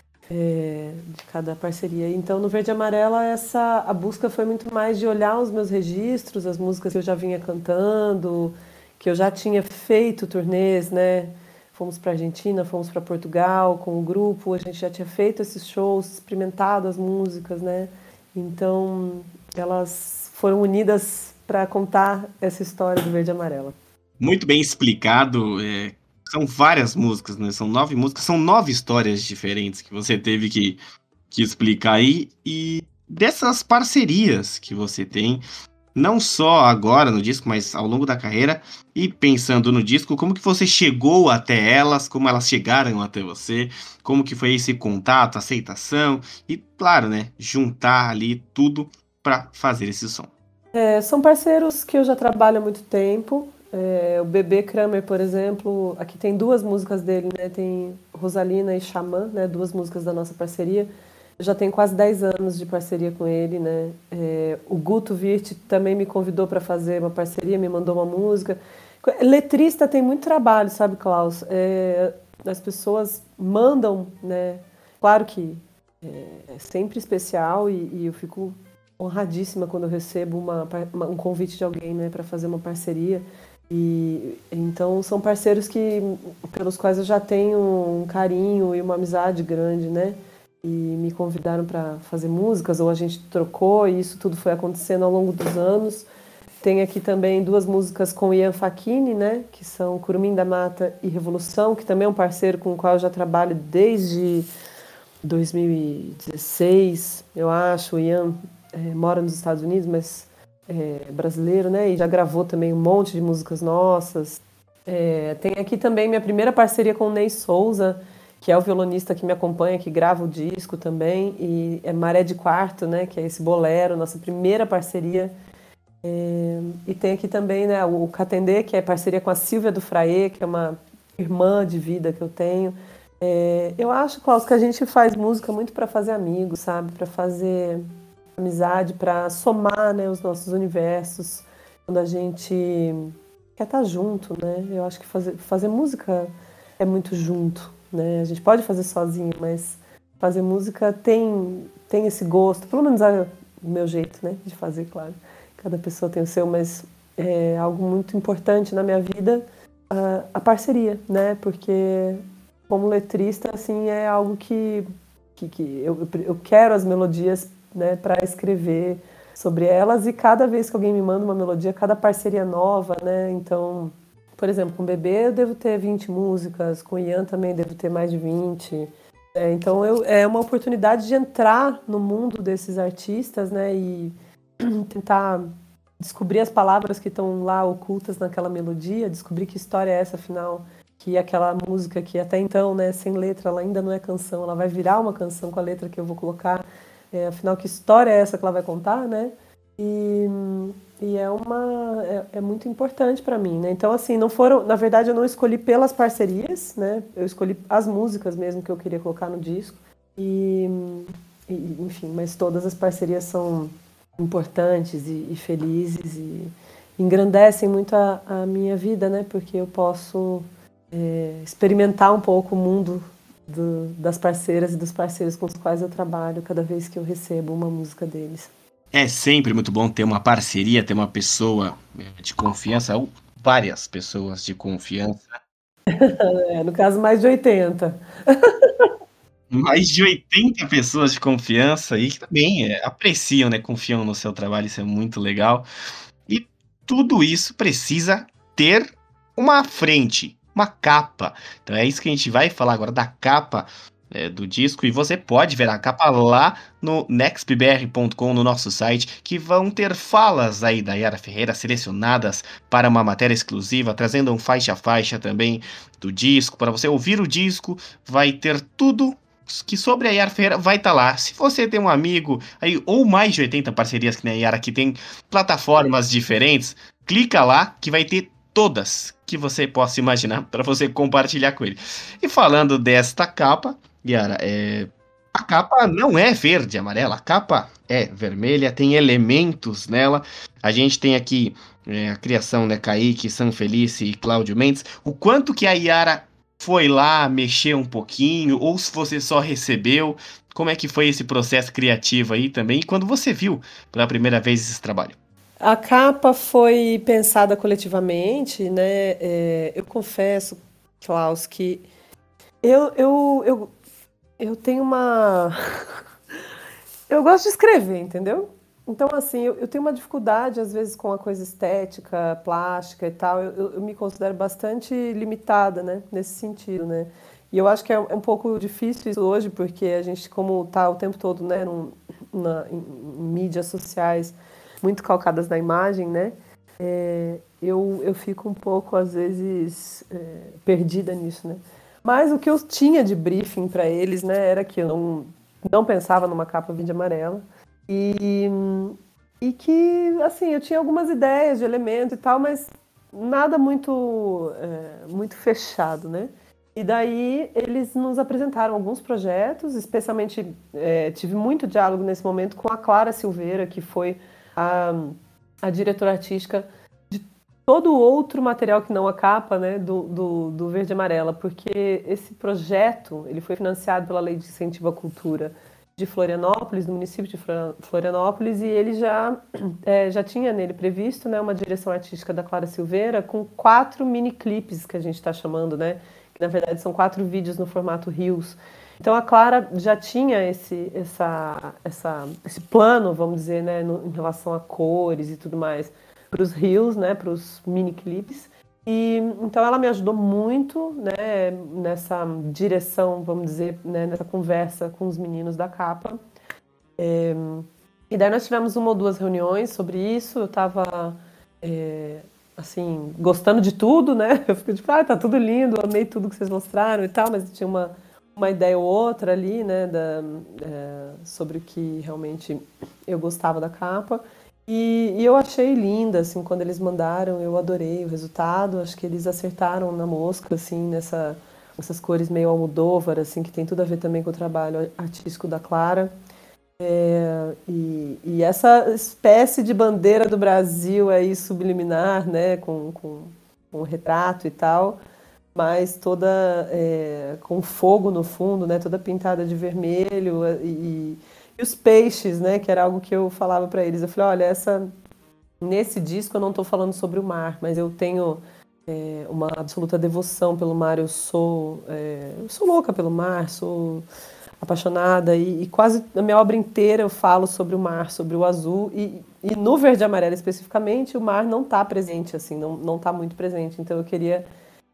É, de cada parceria. Então no Verde e Amarela essa, a busca foi muito mais de olhar os meus registros, as músicas que eu já vinha cantando, que eu já tinha feito turnês, né? Fomos para a Argentina, fomos para Portugal com o grupo, a gente já tinha feito esses shows, experimentado as músicas, né? Então, elas foram unidas para contar essa história do Verde e Amarela. Muito bem explicado. É, são várias músicas, né? São nove músicas, são nove histórias diferentes que você teve que, que explicar aí. E dessas parcerias que você tem, não só agora no disco, mas ao longo da carreira, e pensando no disco, como que você chegou até elas, como elas chegaram até você, como que foi esse contato, aceitação, e claro, né, juntar ali tudo para fazer esse som. É, são parceiros que eu já trabalho há muito tempo. É, o Bebê Kramer, por exemplo, aqui tem duas músicas dele, né, tem Rosalina e Xamã, né, duas músicas da nossa parceria. Eu já tenho quase dez anos de parceria com ele, né? É, o Guto Virt também me convidou para fazer uma parceria, me mandou uma música. Letrista tem muito trabalho, sabe, Klaus? É, as pessoas mandam, né? Claro que é, é sempre especial e, e eu fico honradíssima quando eu recebo uma, uma, um convite de alguém, né, para fazer uma parceria. E então são parceiros que, pelos quais eu já tenho um carinho e uma amizade grande, né? E me convidaram para fazer músicas, ou a gente trocou, e isso tudo foi acontecendo ao longo dos anos. Tem aqui também duas músicas com Ian Facchini, né, que são Curumim da Mata e Revolução, que também é um parceiro com o qual eu já trabalho desde dois mil e dezesseis, eu acho. O Ian é, mora nos Estados Unidos, mas é brasileiro, né, e já gravou também um monte de músicas nossas. É, tem aqui também minha primeira parceria com o Ney Souza, que é o violonista que me acompanha, que grava o disco também, e é Maré de Quarto, né, que é esse bolero, nossa primeira parceria. É, e tem aqui também, né, o Catendê, que é parceria com a Silvia do Fraê, que é uma irmã de vida que eu tenho. É, eu acho, Klaus, que a gente faz música muito para fazer amigos, sabe? Para fazer amizade, para somar, né, os nossos universos. Quando a gente quer estar junto, né? Eu acho que fazer, fazer música é muito junto, né? A gente pode fazer sozinho, mas fazer música tem, tem esse gosto, pelo menos é o meu jeito, né, de fazer, claro. Cada pessoa tem o seu, mas é algo muito importante na minha vida, a, a parceria, né? Porque como letrista, assim, é algo que, que, que eu, eu quero as melodias, né, para escrever sobre elas, e cada vez que alguém me manda uma melodia, cada parceria nova, né? Então, por exemplo, com o Bebê eu devo ter vinte músicas, com o Ian também devo ter mais de vinte. É, então eu, é uma oportunidade de entrar no mundo desses artistas, né, e tentar descobrir as palavras que estão lá ocultas naquela melodia, descobrir que história é essa, afinal, que aquela música que até então, né, sem letra, ela ainda não é canção, ela vai virar uma canção com a letra que eu vou colocar, é, afinal, que história é essa que ela vai contar, né? E, e é uma é, é muito importante para mim, né? Então, assim, não foram, na verdade, eu não escolhi pelas parcerias, né? Eu escolhi as músicas mesmo que eu queria colocar no disco. E, e enfim, mas todas as parcerias são importantes e, e felizes e engrandecem muito a, a minha vida, né? Porque eu posso é, experimentar um pouco o mundo do, das parceiras e dos parceiros com os quais eu trabalho cada vez que eu recebo uma música deles. É sempre muito bom ter uma parceria, ter uma pessoa de confiança, ou várias pessoas de confiança. É, no caso, mais de oitenta. Mais de oitenta pessoas de confiança e que também é, apreciam, né, confiam no seu trabalho, isso é muito legal. E tudo isso precisa ter uma frente, uma capa. Então é isso que a gente vai falar agora da capa é, do disco. E você pode ver a capa lá no nexp b r ponto com, no nosso site, que vão ter falas aí da Yara Ferreira selecionadas para uma matéria exclusiva, trazendo um faixa a faixa também do disco. Para você ouvir o disco, vai ter tudo que sobre a Yara Ferreira vai estar tá lá. Se você tem um amigo aí, ou mais de oitenta parcerias que nem a Yara, que tem plataformas diferentes, clica lá que vai ter todas que você possa imaginar para você compartilhar com ele. E falando desta capa, Yara, é... a capa não é verde e amarela, a capa é vermelha, tem elementos nela. A gente tem aqui é, a criação, né, Kaique, Sanfelice e Cláudio Mendes. O quanto que a Yara foi lá mexer um pouquinho, ou se você só recebeu, como é que foi esse processo criativo aí também, e quando você viu pela primeira vez esse trabalho? A capa foi pensada coletivamente, né? É, eu confesso, Klaus, que eu, eu, eu, eu tenho uma... eu gosto de escrever, entendeu? Então, assim, eu, eu tenho uma dificuldade, às vezes, com a coisa estética, plástica e tal. Eu, eu, eu me considero bastante limitada, né? Nesse sentido, né? E eu acho que é, é um pouco difícil isso hoje, porque a gente, como tá o tempo todo, né? Num, na, em, em mídias sociais muito calcadas na imagem, né? É, eu, eu fico um pouco, às vezes, é, perdida nisso, né? Mas o que eu tinha de briefing para eles, né? Era que eu não, não pensava numa capa verde e amarela. E, e que, assim, eu tinha algumas ideias de elemento e tal, mas nada muito, é, muito fechado, né? E daí eles nos apresentaram alguns projetos, especialmente é, tive muito diálogo nesse momento com a Clara Silveira, que foi a, a diretora artística de todo o outro material que não a capa, né, do, do, do Verde e Amarela, porque esse projeto ele foi financiado pela Lei de Incentivo à Cultura de Florianópolis, do município de Florianópolis, e ele já, é, já tinha nele previsto, né, uma direção artística da Clara Silveira com quatro mini-clipes, que a gente está chamando, né, que na verdade são quatro vídeos no formato Reels. Então a Clara já tinha esse, essa, essa, esse plano, vamos dizer, né, no, em relação a cores e tudo mais, para os Reels, né, para os mini-clipes. E, então ela me ajudou muito, né, nessa direção, vamos dizer, né, nessa conversa com os meninos da capa. É, e daí nós tivemos uma ou duas reuniões sobre isso. Eu estava, é, assim, gostando de tudo, né? Eu fico tipo, ah, tá tudo lindo, amei tudo que vocês mostraram e tal, mas tinha uma, uma ideia ou outra ali, né, da, é, sobre o que realmente eu gostava da capa. E, e eu achei linda, assim, quando eles mandaram, eu adorei o resultado. Acho que eles acertaram na mosca, assim, nessa, essas cores meio almodóvar, assim, que tem tudo a ver também com o trabalho artístico da Clara. É, e, e essa espécie de bandeira do Brasil aí subliminar, né, com, com, com um retrato e tal, mas toda é, com fogo no fundo, né, toda pintada de vermelho e, e os peixes, né, que era algo que eu falava para eles. Eu falei, olha, essa, nesse disco eu não estou falando sobre o mar, mas eu tenho é, uma absoluta devoção pelo mar. Eu sou, é, eu sou louca pelo mar, sou apaixonada e, e quase a minha obra inteira eu falo sobre o mar, sobre o azul e, e no verde e amarelo especificamente o mar não está presente, assim, não não está muito presente. Então eu queria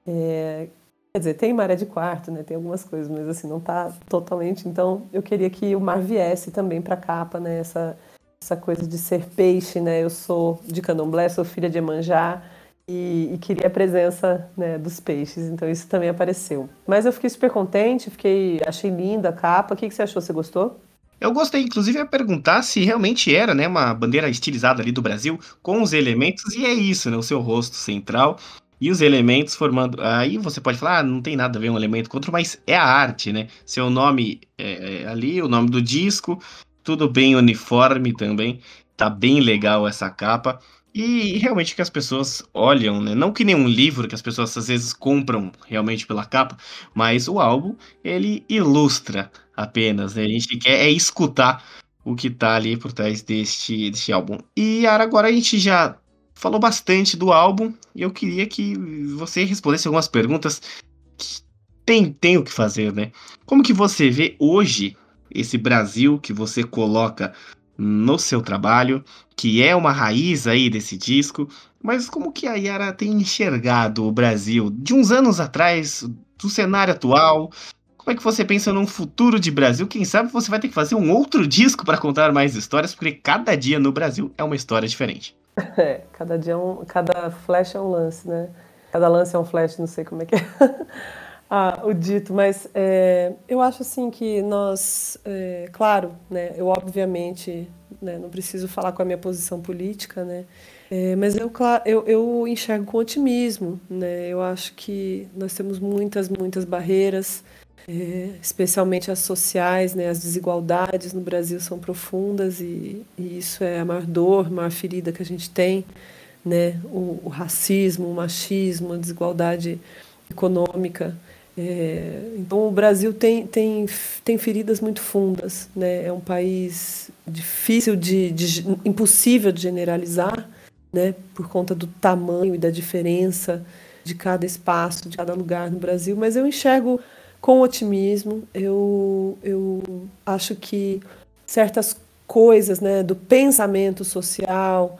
é, quer dizer, tem maré de quarto, né? Tem algumas coisas, mas assim, não está totalmente. Então, eu queria que o mar viesse também para a capa, né? Essa, essa coisa de ser peixe, né? Eu sou de Candomblé, sou filha de Iemanjá e, e queria a presença, né, dos peixes. Então, isso também apareceu. Mas eu fiquei super contente, fiquei, achei linda a capa. O que, que você achou? Você gostou? Eu gostei, inclusive, ia perguntar se realmente era, né, uma bandeira estilizada ali do Brasil, com os elementos, e é isso, né, o seu rosto central e os elementos formando. Aí você pode falar, ah, não tem nada a ver um elemento com outro, mas é a arte, né? Seu nome é, é ali, o nome do disco, tudo bem uniforme também, tá bem legal essa capa. E realmente que as pessoas olham, né? Não que nem um livro que as pessoas às vezes compram realmente pela capa, mas o álbum ele ilustra apenas, né? A gente quer é escutar o que tá ali por trás deste, deste álbum. E Yara, agora a gente já falou bastante do álbum e eu queria que você respondesse algumas perguntas que tem, tem o que fazer, né? Como que você vê hoje esse Brasil que você coloca no seu trabalho, que é uma raiz aí desse disco, mas como que a Yara tem enxergado o Brasil de uns anos atrás, do cenário atual? Como é que você pensa num futuro de Brasil? Quem sabe você vai ter que fazer um outro disco para contar mais histórias, porque cada dia no Brasil é uma história diferente. É, cada dia é um, cada flash é um lance, né? Cada lance é um flash, não sei como é que é ah, o dito, mas é, eu acho assim que nós, é, claro, né? Eu obviamente, né, não preciso falar com a minha posição política, né? É, mas eu, cla- eu, eu enxergo com otimismo, né? Eu acho que nós temos muitas, muitas barreiras, é, especialmente as sociais, né? As desigualdades no Brasil são profundas e, e isso é a maior dor, a maior ferida que a gente tem, né? O, o racismo, o machismo, a desigualdade econômica. É, então o Brasil tem, tem, tem feridas muito fundas, né? É um país difícil de, de impossível de generalizar, né? Por conta do tamanho e da diferença de cada espaço, de cada lugar no Brasil, mas eu enxergo com otimismo. Eu, eu acho que certas coisas, né, do pensamento social,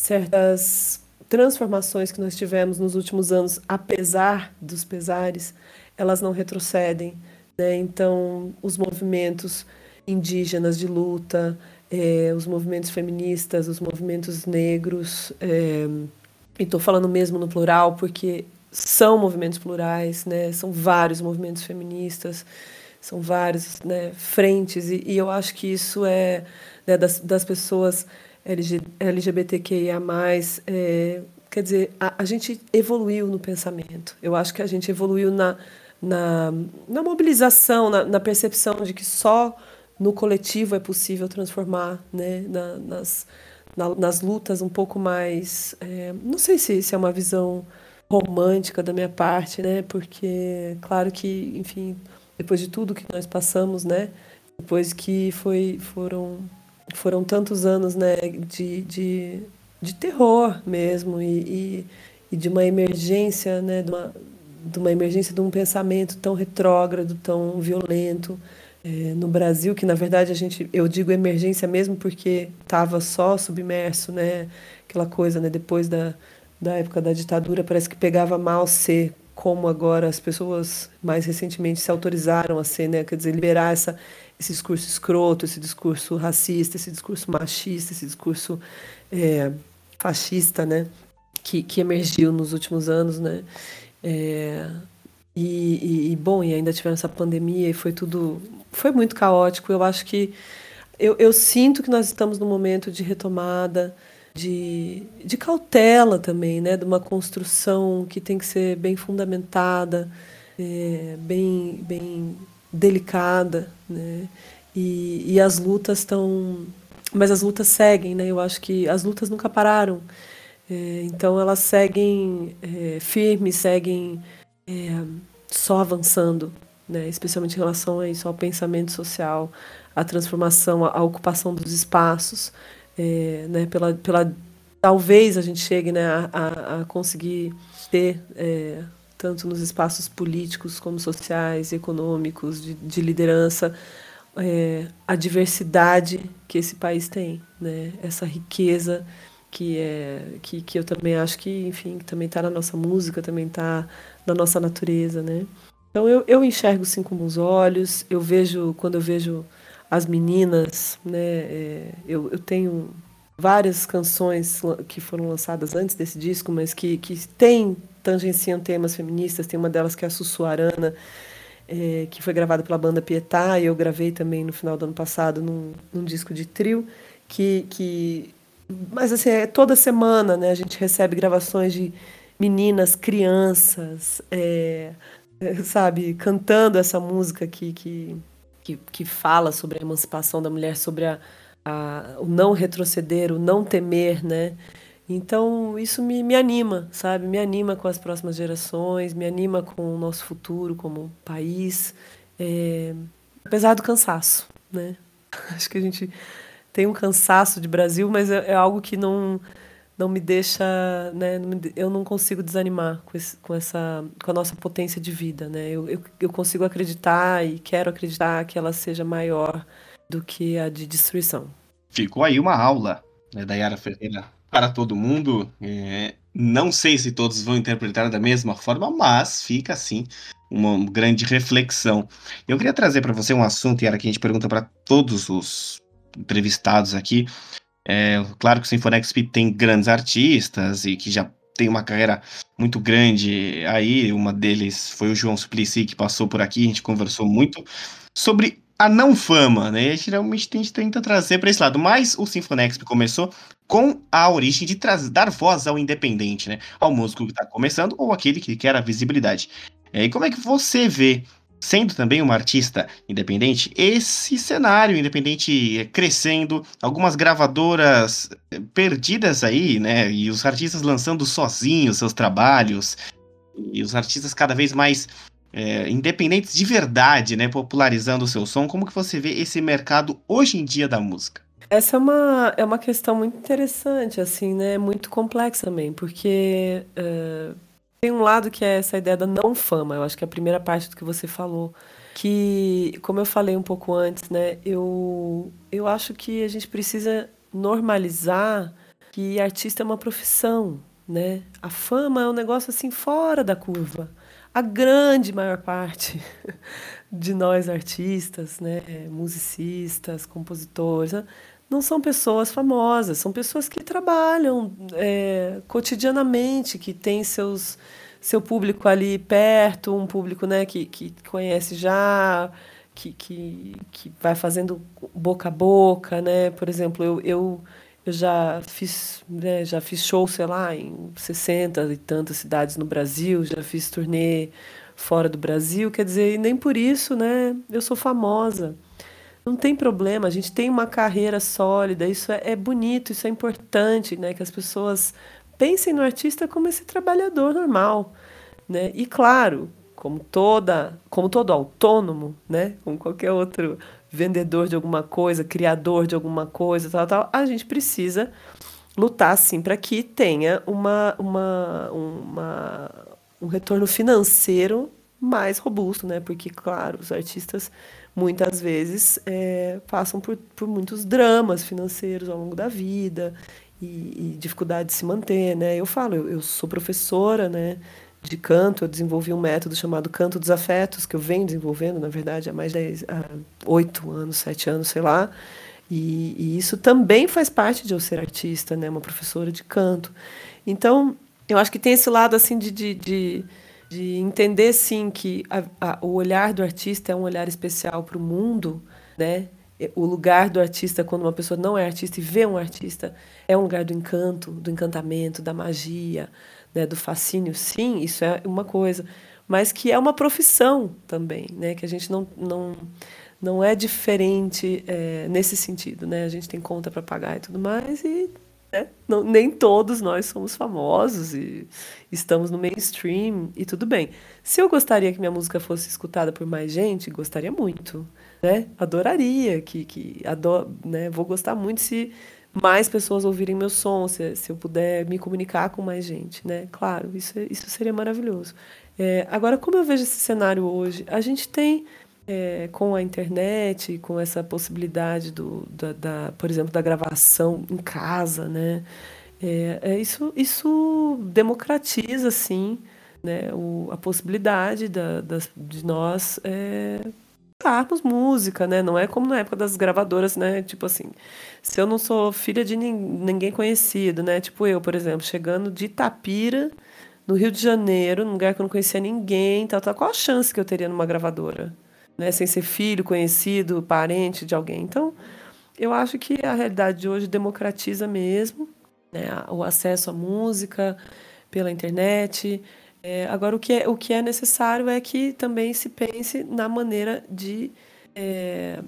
certas transformações que nós tivemos nos últimos anos, apesar dos pesares, elas não retrocedem, né? Então, os movimentos indígenas de luta, eh, os movimentos feministas, os movimentos negros, eh, e estou falando mesmo no plural porque são movimentos plurais, né? São vários movimentos feministas, são vários, né, frentes, e, e eu acho que isso é, né, das, das pessoas L G, L G B T Q I A mais, é, quer dizer, a, a gente evoluiu no pensamento. Eu acho que a gente evoluiu na, na, na mobilização, na, na percepção de que só no coletivo é possível transformar, né, na, nas, na, nas lutas um pouco mais... É, não sei se, se é uma visão romântica da minha parte, né, porque, claro que, enfim, depois de tudo que nós passamos, né, depois que foi, foram, foram tantos anos, né, de, de, de terror mesmo e, e, e de uma emergência, né, de uma, de uma emergência de um pensamento tão retrógrado, tão violento, é, no Brasil, que na verdade a gente, eu digo emergência mesmo porque estava só submerso, né, aquela coisa, né, depois da, da época da ditadura, parece que pegava mal ser como agora as pessoas mais recentemente se autorizaram a ser, né, quer dizer, liberar essa, esse discurso escroto, esse discurso racista, esse discurso machista, esse discurso é, fascista, né, que, que emergiu nos últimos anos, né, é, E, e, e, bom, e ainda tivemos essa pandemia e foi tudo, foi muito caótico. Eu acho que, eu, eu sinto que nós estamos num momento de retomada, de, de cautela também, né? De uma construção que tem que ser bem fundamentada, é, bem, bem delicada, né? E, e as lutas estão... Mas as lutas seguem, né? Eu acho que as lutas nunca pararam. É, então elas seguem é, firmes, seguem é, só avançando, né? Especialmente em relação a isso, ao pensamento social, à transformação, à, à ocupação dos espaços, é, né? Pela, pela, talvez a gente chegue, né, a, a, a conseguir ter, é, tanto nos espaços políticos como sociais, econômicos, de, de liderança, é, a diversidade que esse país tem, né? Essa riqueza que é que, que eu também acho que, enfim, que também está na nossa música, também está na nossa natureza, né? Então eu, eu enxergo sim com bons olhos. Eu vejo, quando eu vejo as meninas, né? É, eu, eu tenho várias canções que foram lançadas antes desse disco, mas que, que tem, tangenciam temas feministas. Tem uma delas que é a Sussuarana, é, que foi gravada pela banda Pietà, e eu gravei também no final do ano passado num, num disco de trio, que, que mas assim, é toda semana, né, a gente recebe gravações de meninas, crianças, é, é, sabe, cantando essa música que, que, que, que fala sobre a emancipação da mulher, sobre a, a, o não retroceder, o não temer, né? Então, isso me, me anima, sabe? Me anima com as próximas gerações, me anima com o nosso futuro como país, é, apesar do cansaço, né? Acho que a gente tem um cansaço de Brasil, mas é, é algo que não, não me deixa, né? Não me, eu não consigo desanimar com, esse, com, essa, com a nossa potência de vida, né? Eu, eu, eu consigo acreditar e quero acreditar que ela seja maior do que a de destruição. Ficou aí uma aula, né, da Yara Ferreira para todo mundo. É, não sei se todos vão interpretar da mesma forma, mas fica assim uma grande reflexão. Eu queria trazer para você um assunto, Yara, que a gente pergunta para todos os entrevistados aqui. É, claro que o Sinfonexp tem grandes artistas e que já tem uma carreira muito grande aí. Uma deles foi o João Suplicy, que passou por aqui. A gente conversou muito sobre a não fama, né? Geralmente a gente tenta trazer para esse lado, mas o Sinfonexp começou com a origem de trazer, dar voz ao independente, né? Ao músico que está começando ou aquele que quer a visibilidade. É, e como é que você vê, sendo também uma artista independente, esse cenário independente crescendo, algumas gravadoras perdidas aí, né? E os artistas lançando sozinhos seus trabalhos, e os artistas cada vez mais é, independentes de verdade, né? Popularizando o seu som. Como que você vê esse mercado hoje em dia da música? Essa é uma, é uma questão muito interessante, assim, né? Muito complexa também, porque uh, tem um lado que é essa ideia da não fama. Eu acho que é a primeira parte do que você falou, que, como eu falei um pouco antes, né? Eu, eu acho que a gente precisa normalizar que artista é uma profissão, né? A fama é um negócio assim fora da curva. A grande maior parte de nós artistas, né, musicistas, compositores, né, não são pessoas famosas, são pessoas que trabalham é, cotidianamente, que têm seus, seu público ali perto, um público, né, que, que conhece já, que, que, que vai fazendo boca a boca, né? Por exemplo, eu, eu, eu já fiz, né, já fiz show, sei lá, em sessenta e tantas cidades no Brasil, já fiz turnê fora do Brasil, quer dizer, e nem por isso, né, eu sou famosa. Não tem problema, a gente tem uma carreira sólida, isso é, é bonito, isso é importante, né, que as pessoas pensem no artista como esse trabalhador normal, né? E claro, como toda, como todo autônomo, né, como qualquer outro vendedor de alguma coisa, criador de alguma coisa, tal, tal, a gente precisa lutar sim para que tenha uma, uma, uma, um retorno financeiro mais robusto, né? Porque, claro, os artistas muitas vezes é, passam por, por muitos dramas financeiros ao longo da vida e, e dificuldade de se manter, né? Eu falo, eu, eu sou professora, né, de canto, eu desenvolvi um método chamado Canto dos Afetos, que eu venho desenvolvendo, na verdade, há mais de dez, há oito anos, sete anos, sei lá. E, e isso também faz parte de eu ser artista, né? Uma professora de canto. Então, eu acho que tem esse lado assim de, de, de, de entender, sim, que a, a, o olhar do artista é um olhar especial para o mundo, né? O lugar do artista, quando uma pessoa não é artista e vê um artista, é um lugar do encanto, do encantamento, da magia, né? Do fascínio. Sim, isso é uma coisa, mas que é uma profissão também, né? Que a gente não, não, não é diferente é, nesse sentido, né? A gente tem conta para pagar e tudo mais, e né? Não, nem todos nós somos famosos e estamos no mainstream e tudo bem. Se eu gostaria que minha música fosse escutada por mais gente, gostaria muito, né? Adoraria que, que adoro, né? Vou gostar muito se mais pessoas ouvirem meu som, se, se eu puder me comunicar com mais gente, né? Claro, isso, é- isso seria maravilhoso. É, agora, como eu vejo esse cenário hoje, a gente tem é, com a internet, com essa possibilidade do, da, da, por exemplo, da gravação em casa, né? É, é isso, isso democratiza, sim, né? O, a possibilidade da, das, de nós é, tocarmos música, né? Não é como na época das gravadoras, né? Tipo assim, se eu não sou filha de nin- ninguém conhecido, né? Tipo eu, por exemplo, chegando de Itapira, no Rio de Janeiro, num lugar que eu não conhecia ninguém, tal, tal, qual a chance que eu teria numa gravadora? Né, sem ser filho, conhecido, parente de alguém. Então, eu acho que a realidade de hoje democratiza mesmo, né, a- o acesso à música pela internet. É, agora, o que é, o que é necessário é que também se pense na maneira de, é,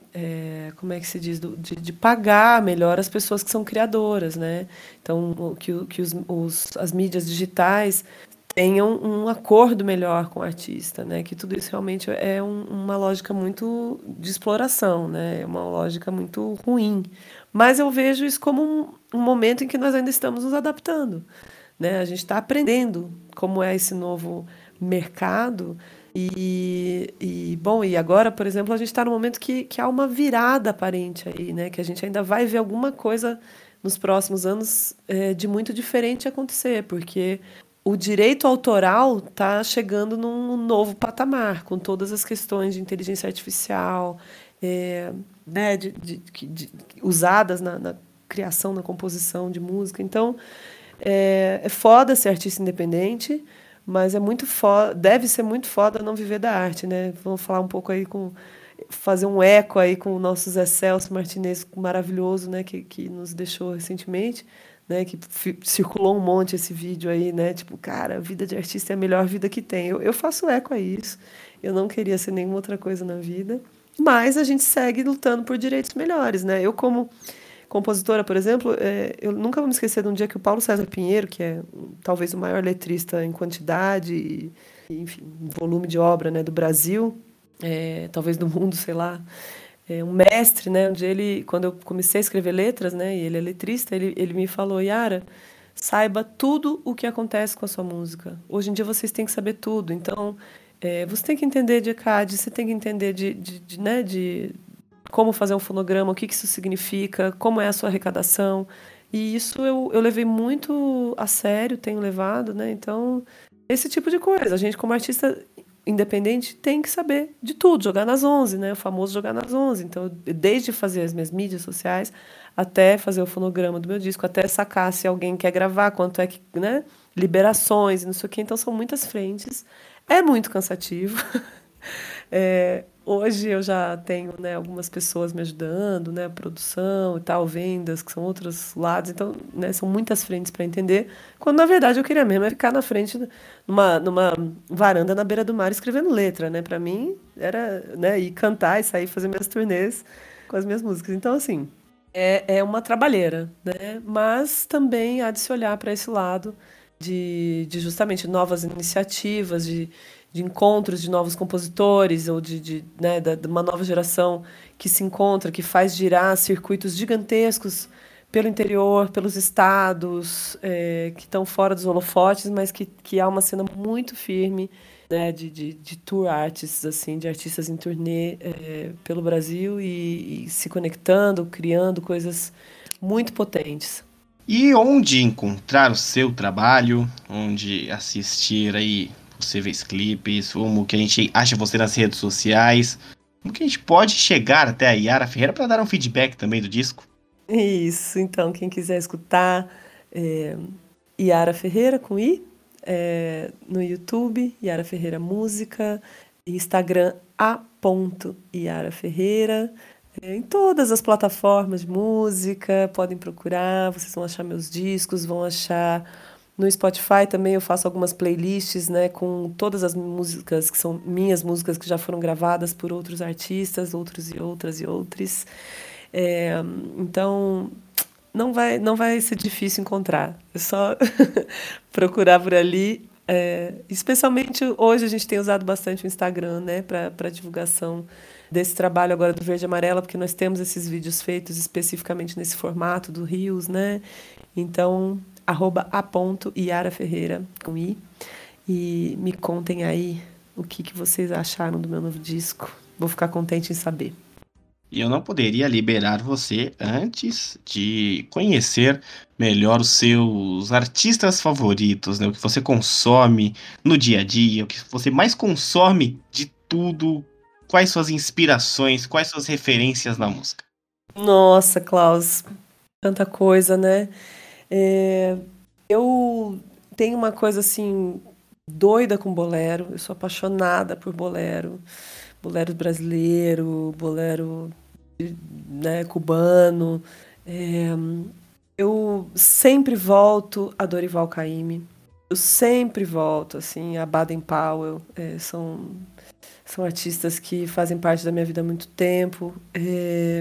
é, como é que se diz, Do- de, de pagar melhor as pessoas que são criadoras, né? Então, o- que, o- que os, os- as mídias digitais tenham um acordo melhor com o artista, né? Que tudo isso realmente é um- uma lógica muito de exploração, né? É uma lógica muito ruim. Mas eu vejo isso como um, um momento em que nós ainda estamos nos adaptando, né? A gente está aprendendo como é esse novo mercado e, e, bom, e agora, por exemplo, a gente está num momento que, que há uma virada aparente aí, né? Que a gente ainda vai ver alguma coisa nos próximos anos eh, de muito diferente acontecer, porque o direito autoral está chegando num novo patamar, com todas as questões de inteligência artificial, eh, né, de, de- de- de- usadas na, na criação, na composição de música. Então, é, é foda ser artista independente, mas é muito foda, deve ser muito foda não viver da arte, né? Vamos falar um pouco aí com fazer um eco aí com o nosso Zé Celso Martinez maravilhoso, né, que, que nos deixou recentemente, né, que fi- circulou um monte esse vídeo aí, né, tipo, cara, a vida de artista é a melhor vida que tem. Eu, eu faço eco a isso. Eu não queria ser nenhuma outra coisa na vida, mas a gente segue lutando por direitos melhores, né? Eu como compositora, por exemplo, é, eu nunca vou me esquecer de um dia que o Paulo César Pinheiro, que é um, talvez o maior letrista em quantidade e, e, enfim, volume de obra, né, do Brasil, é, talvez do mundo, sei lá, é um mestre, né, onde ele, quando eu comecei a escrever letras, né, e ele é letrista, ele, ele me falou, Yara, saiba tudo o que acontece com a sua música. Hoje em dia vocês têm que saber tudo, então é, você tem que entender de E C A D, você tem que entender de, de, de, né, de como fazer um fonograma, o que que isso significa, como é a sua arrecadação. E isso eu, eu levei muito a sério, tenho levado, né? Então, esse tipo de coisa. A gente, como artista independente, tem que saber de tudo, jogar nas onze, né? O famoso jogar nas onze. Então, desde fazer as minhas mídias sociais, até fazer o fonograma do meu disco, até sacar se alguém quer gravar, quanto é que, né? Liberações e não sei o quê. Então, são muitas frentes. É muito cansativo. É, hoje eu já tenho, né, algumas pessoas me ajudando, né, produção e tal, vendas, que são outros lados, então, né, são muitas frentes para entender, quando na verdade eu queria mesmo é ficar na frente, numa, numa varanda na beira do mar escrevendo letra, né, para mim era, né, ir cantar e sair fazer minhas turnês com as minhas músicas. Então, assim, é, é uma trabalheira, né, mas também há de se olhar para esse lado de, de justamente novas iniciativas, de de encontros de novos compositores ou de, de, né, da, de uma nova geração que se encontra, que faz girar circuitos gigantescos pelo interior, pelos estados, é, que estão fora dos holofotes, mas que, que há uma cena muito firme, né, de, de, de tour artists, assim, de artistas em turnê é, pelo Brasil e, e se conectando, criando coisas muito potentes. E onde encontrar o seu trabalho, onde assistir aí possíveis clipes, como que a gente acha você nas redes sociais, como que a gente pode chegar até a Yara Ferreira para dar um feedback também do disco? Isso, então, quem quiser escutar, é, Yara Ferreira com I, é, no YouTube, Yara Ferreira Música, Instagram a ponto Yara Ferreira, é, em todas as plataformas de música, podem procurar, vocês vão achar meus discos, vão achar no Spotify também. Eu faço algumas playlists, né, com todas as músicas que são minhas músicas que já foram gravadas por outros artistas, outros e outras e outros. É, então, não vai, não vai ser difícil encontrar. É só procurar por ali. É, especialmente hoje a gente tem usado bastante o Instagram, né, para divulgação desse trabalho agora do Verde e Amarela, porque nós temos esses vídeos feitos especificamente nesse formato do Rios, né? Então, arroba a ponto Yara Ferreira, com I. E me contem aí o que, que vocês acharam do meu novo disco. Vou ficar contente em saber. E eu não poderia liberar você antes de conhecer melhor os seus artistas favoritos, né? O que você consome no dia a dia, o que você mais consome de tudo, quais suas inspirações, quais suas referências na música. Nossa, Klaus, tanta coisa, né? É, eu tenho uma coisa assim doida com bolero. Eu sou apaixonada por bolero, bolero brasileiro, bolero, né, cubano. É, eu sempre volto a Dorival Caymmi. Eu sempre volto assim a Baden Powell. É, são são artistas que fazem parte da minha vida há muito tempo. É,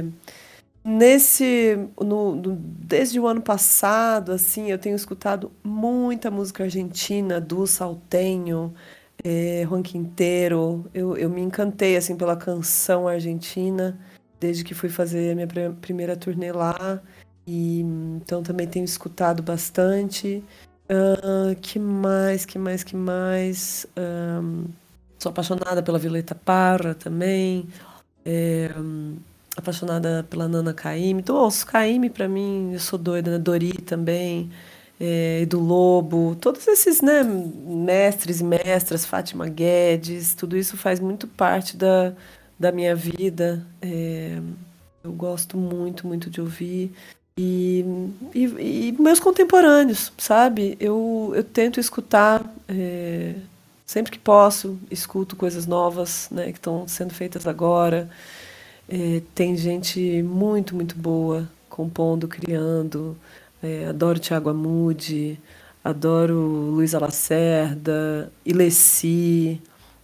Nesse, no, no, desde o ano passado, assim, eu tenho escutado muita música argentina, do Salteño, é, Juan Quintero. Eu, eu me encantei, assim, pela canção argentina, desde que fui fazer a minha pr- primeira turnê lá. E, então também tenho escutado bastante. Ah, que mais, que mais, que mais? Ahn, sou apaixonada pela Violeta Parra também. É, apaixonada pela Nana Caymmi. Então, ouço Caymmi pra mim, eu sou doida, né? Dori também, é, Edu Lobo, todos esses, né, mestres e mestras, Fátima Guedes, tudo isso faz muito parte da, da minha vida. É, eu gosto muito, muito de ouvir. E, e, e meus contemporâneos, sabe? Eu, eu tento escutar, é, sempre que posso, escuto coisas novas, né, que estão sendo feitas agora. É, tem gente muito, muito boa compondo, criando. É, adoro Thiago Amude, adoro Luísa Lacerda, Ilessi.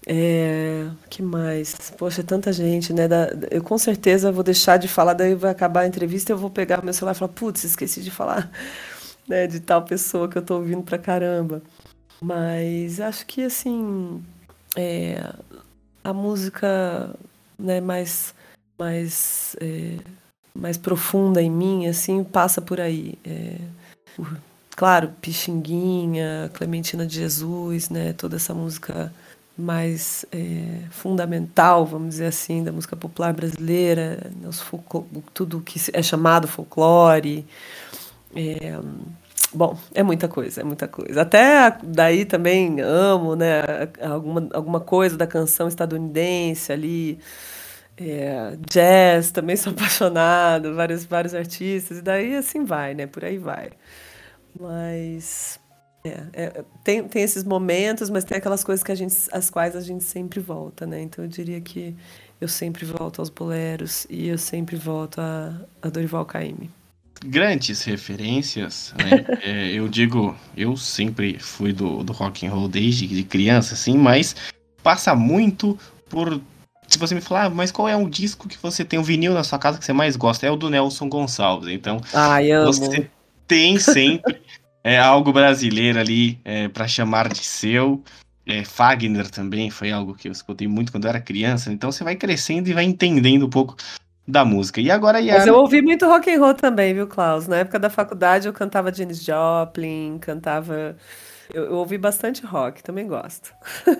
É, que mais? Poxa, é tanta gente, né? Da- eu com certeza vou deixar de falar, daí vai acabar a entrevista, eu vou pegar meu celular e falar, putz, esqueci de falar, né, de tal pessoa que eu tô ouvindo pra caramba. Mas acho que assim, é, a música, né, mais mais, é, mais profunda em mim, assim, passa por aí. É, por- claro, Pixinguinha, Clementina de Jesus, né? Toda essa música mais é, fundamental, vamos dizer assim, da música popular brasileira, né, os folclo- tudo que se- é chamado folclore. É, bom, é muita coisa, é muita coisa. Até a- daí também amo, né, alguma, alguma coisa da canção estadunidense ali, é, jazz, também sou apaixonado, vários, vários artistas, e daí assim vai, né? Por aí vai. Mas é, é, tem, tem esses momentos, mas tem aquelas coisas que a gente, às quais a gente sempre volta, né? Então eu diria que eu sempre volto aos boleros e eu sempre volto a, a Dorival Caymmi. Grandes referências, né? É, eu digo, eu sempre fui do, do rock and roll desde de criança, assim, mas passa muito por. Se você me falar, ah, mas qual é um disco que você tem, um vinil na sua casa que você mais gosta? É o do Nelson Gonçalves. Então, Ai, amo. você tem sempre é, algo brasileiro ali é, para chamar de seu. É, Fagner também foi algo que eu escutei muito quando eu era criança. Então, você vai crescendo e vai entendendo um pouco da música. E agora, Mas eu Yara. ouvi muito rock and roll também, viu, Klaus? Na época da faculdade eu cantava Janis Joplin, cantava. Eu, eu ouvi bastante rock, também gosto.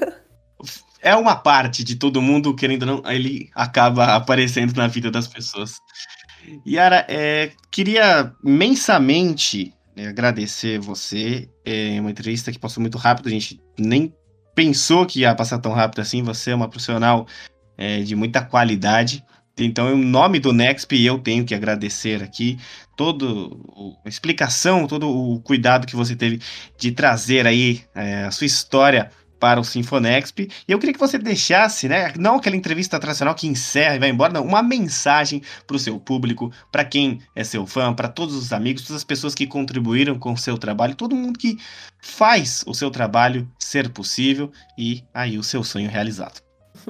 É uma parte de todo mundo, querendo ou não, ele acaba aparecendo na vida das pessoas. Yara, é, queria imensamente é, agradecer você. É uma entrevista que passou muito rápido, a gente nem pensou que ia passar tão rápido assim. Você é uma profissional é, de muita qualidade. Então, em nome do Nexp, eu tenho que agradecer aqui toda a explicação, todo o cuidado que você teve de trazer aí é, a sua história para o Sinfonexp. E eu queria que você deixasse, né, não aquela entrevista tradicional que encerra e vai embora, não, uma mensagem para o seu público, para quem é seu fã, para todos os amigos, todas as pessoas que contribuíram com o seu trabalho, todo mundo que faz o seu trabalho ser possível e aí o seu sonho realizado.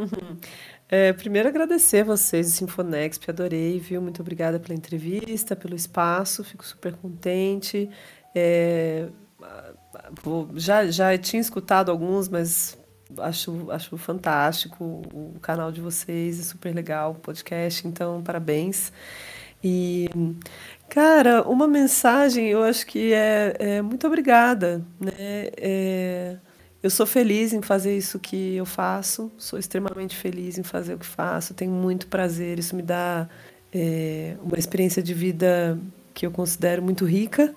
É, primeiro agradecer vocês, o Sinfonexp, adorei, viu? Muito obrigada pela entrevista, pelo espaço, fico super contente. É, vou- já, já tinha escutado alguns, mas acho, acho fantástico o canal de vocês, é super legal o podcast, então parabéns. E, cara, uma mensagem, eu acho que é, é muito obrigada, né? É, eu sou feliz em fazer isso que eu faço, sou extremamente feliz em fazer o que faço, tenho muito prazer, isso me dá é, uma experiência de vida que eu considero muito rica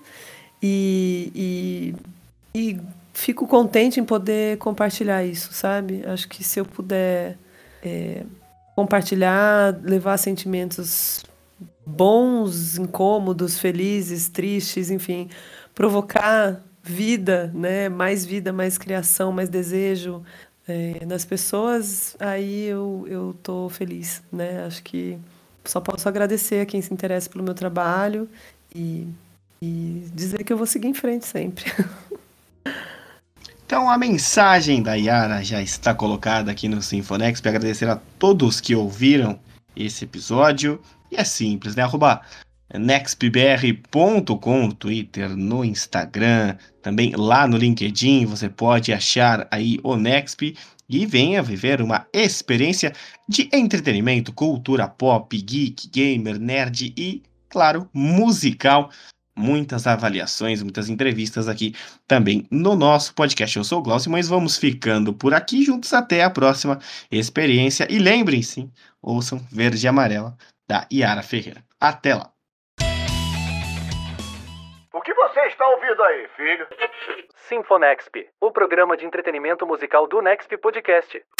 e, e, e fico contente em poder compartilhar isso, sabe? Acho que se eu puder é, compartilhar, levar sentimentos bons, incômodos, felizes, tristes, enfim, provocar vida, né? Mais vida, mais criação, mais desejo é, nas pessoas, aí eu, eu tô feliz, né? Acho que só posso agradecer a quem se interessa pelo meu trabalho e, e dizer que eu vou seguir em frente sempre. Então a mensagem da Yara já está colocada aqui no Sinfonexp. Agradecer a todos que ouviram esse episódio. E é simples, né? Arroba nextbr ponto com no Twitter, no Instagram, também lá no LinkedIn. Você pode achar aí o Nexp e venha viver uma experiência de entretenimento, cultura pop, geek, gamer, nerd e, claro, musical. Muitas avaliações, muitas entrevistas aqui também no nosso podcast. Eu sou o Glaucio, mas vamos ficando por aqui juntos até a próxima experiência. E lembrem-se, ouçam Verde e Amarela da Yara Ferreira. Até lá! O que você está ouvindo aí, filho? Sinfonexp, o programa de entretenimento musical do Nexp Podcast.